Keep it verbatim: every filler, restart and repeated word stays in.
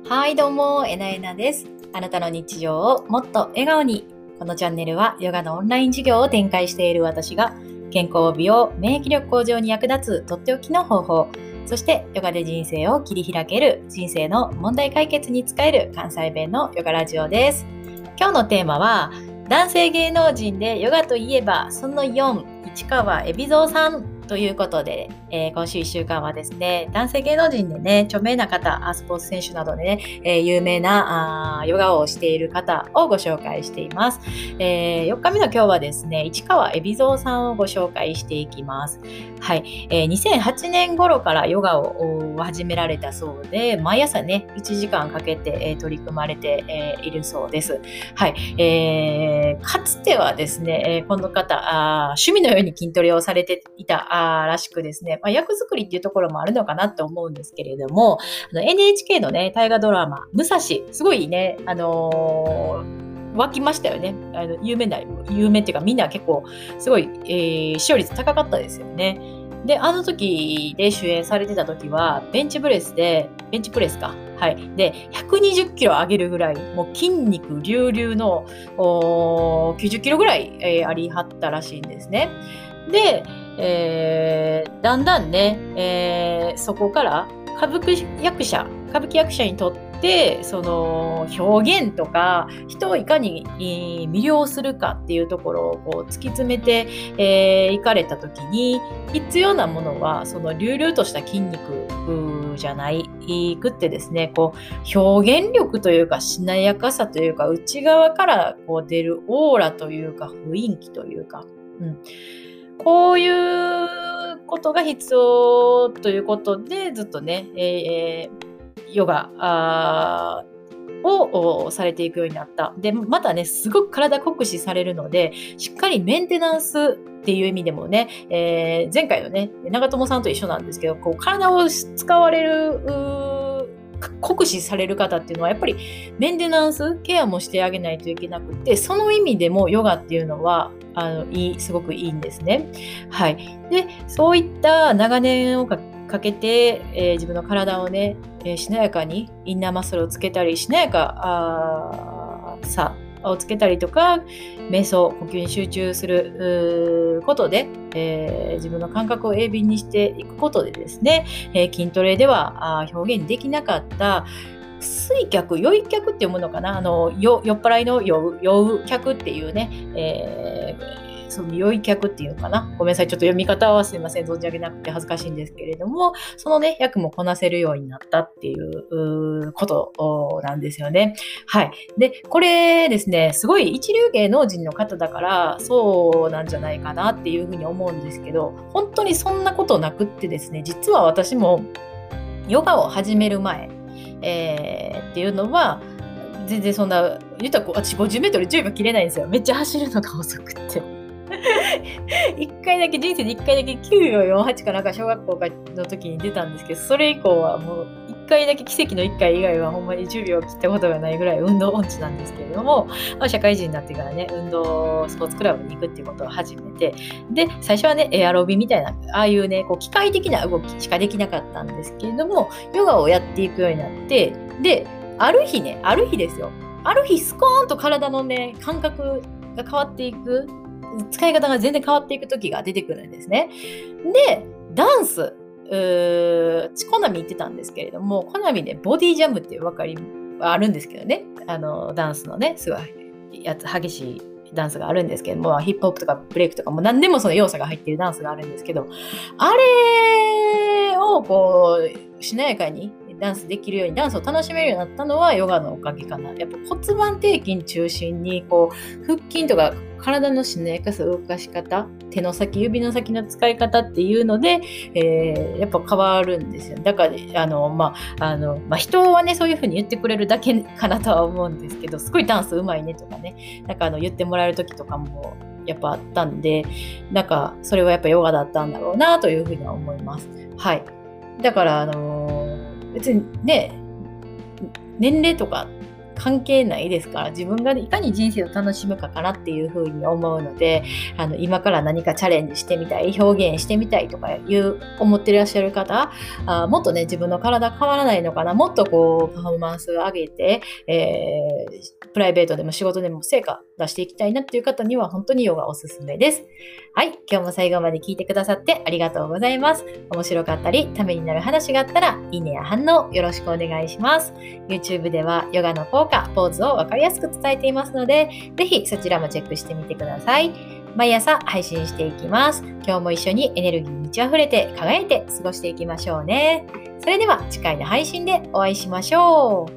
はい、どうも、えなえなです。あなたの日常をもっと笑顔に。このチャンネルはヨガのオンライン授業を展開している私が健康、美容、免疫力向上に役立つとっておきの方法、そしてヨガで人生を切り開ける人生の問題解決に使える関西弁のヨガラジオです。今日のテーマは男性芸能人でヨガといえばそのよん、市川海老蔵さんということで、えー、今週いっしゅうかんはですね、男性芸能人でね、著名な方、スポーツ選手などでね、えー、有名なあヨガをしている方をご紹介しています。えー、よっかめの今日はですね、市川海老蔵さんをご紹介していきます。はい、えー、にせんはちねん頃からヨガを始められたそうで、毎朝ね、いちじかんかけて、えー、取り組まれて、えー、いるそうです。はい、えー、かつてはですね、えー、この方あ、趣味のように筋トレをされていたらしくですね、まあ、役作りっていうところもあるのかなと思うんですけれども、あの エヌエイチケー のね、大河ドラマ、武蔵、すごいね、あのー、湧きましたよね。あの有名な、有名っていうかみんな結構すごい、えー、視聴率高かったですよね。で、あの時で主演されてた時は、ベンチプレスで、ベンチプレスか。はい。で、ひゃくにじゅっキロ上げるぐらい、もう筋肉隆々のきゅうじゅっキロぐらい、えー、ありはったらしいんですね。で、えー、だんだんね、えー、そこから歌舞伎役者、歌舞伎役者にとって、その表現とか人をいかに魅了するかっていうところをこう突き詰めてい、えー、かれた時に必要なものはその隆々とした筋肉じゃないくってですね、こう表現力というかしなやかさというか内側からこう出るオーラというか雰囲気というか、うん、こういうことが必要ということでずっとね、えーヨガをされていくようになった。で、またね、すごく体酷使されるので、しっかりメンテナンスっていう意味でもね、えー、前回のね、長友さんと一緒なんですけど、こう体を使われる、酷使される方っていうのはやっぱりメンテナンスケアもしてあげないといけなくて、その意味でもヨガっていうのはあのいいすごくいいんですね。はい。で、そういった長年をかけて、えー、自分の体をね、えー、しなやかにインナーマッスルをつけたり、しなやかさをつけたりとか、瞑想、呼吸に集中することで、えー、自分の感覚を鋭敏にしていくことでですね、えー、筋トレでは表現できなかった酔客、酔い客っていうものかな、あの酔っ払いの酔う、酔う客っていうね、えーその酔い客っていうのかな。ごめんなさい。ちょっと読み方はすいません。存じ上げなくて恥ずかしいんですけれども、そのね、役もこなせるようになったっていうことなんですよね。はい。で、これですね、すごい一流芸能人の方だから、そうなんじゃないかなっていうふうに思うんですけど、本当にそんなことなくってですね、実は私もヨガを始める前、えー、っていうのは、全然そんな、言ったら私ごじゅうメートルじゅうびょう切れないんですよ。めっちゃ走るのが遅くって。一回だけ、人生で一回だけきゅうびょうよんじゅうはちかなんか小学校の時に出たんですけど、それ以降はもう一回だけ奇跡の一回以外はほんまにじゅうびょう切ったことがないぐらい運動音痴なんですけれども、まあ、社会人になってからね、運動スポーツクラブに行くっていうことを始めて、で、最初はね、エアロビみたいな、ああいうね、こう機械的な動きしかできなかったんですけれども、ヨガをやっていくようになって、で、ある日ね、ある日ですよ。ある日スコーンと体のね、感覚が変わっていく、使い方が全然変わっていく時が出てくるんですね。で、ダンス、コナミ行ってたんですけれども、コナミでボディジャムっていう分かりあるんですけどね、あのダンスのね、すごいやつ激しいダンスがあるんですけども、ヒップホップとかブレイクとかも何でもその要素が入っているダンスがあるんですけど、あれをこうしなやかにダンスできるように、ダンスを楽しめるようになったのはヨガのおかげかな。やっぱ骨盤底筋中心にこう腹筋とか体のしなやかさ、動かし方、手の先、指の先の使い方っていうので、えー、やっぱ変わるんですよ。だからあの、まああのまあ、人はねそういう風に言ってくれるだけかなとは思うんですけど、すごいダンスうまいねとかね、なんかあの言ってもらえる時とかもやっぱあったんで、なんかそれはやっぱヨガだったんだろうなという風には思います。はい。だからあのー別にね、年齢とか関係ないですから、自分がいかに人生を楽しむかかなっていうふうに思うので、あの今から何かチャレンジしてみたい、表現してみたいとかいう思ってらっしゃる方、あもっとね自分の体変わらないのかな、もっとこうパフォーマンスを上げて、えー、プライベートでも仕事でも成果出していきたいなっていう方には本当にヨガおすすめです。はい、今日も最後まで聞いてくださってありがとうございます。面白かったりためになる話があったらいいねや反応よろしくお願いします。 YouTube ではヨガの効果、ポーズを分かりやすく伝えていますので、ぜひそちらもチェックしてみてください。毎朝配信していきます。今日も一緒にエネルギーに満ち溢れて輝いて過ごしていきましょうね。それでは次回の配信でお会いしましょう。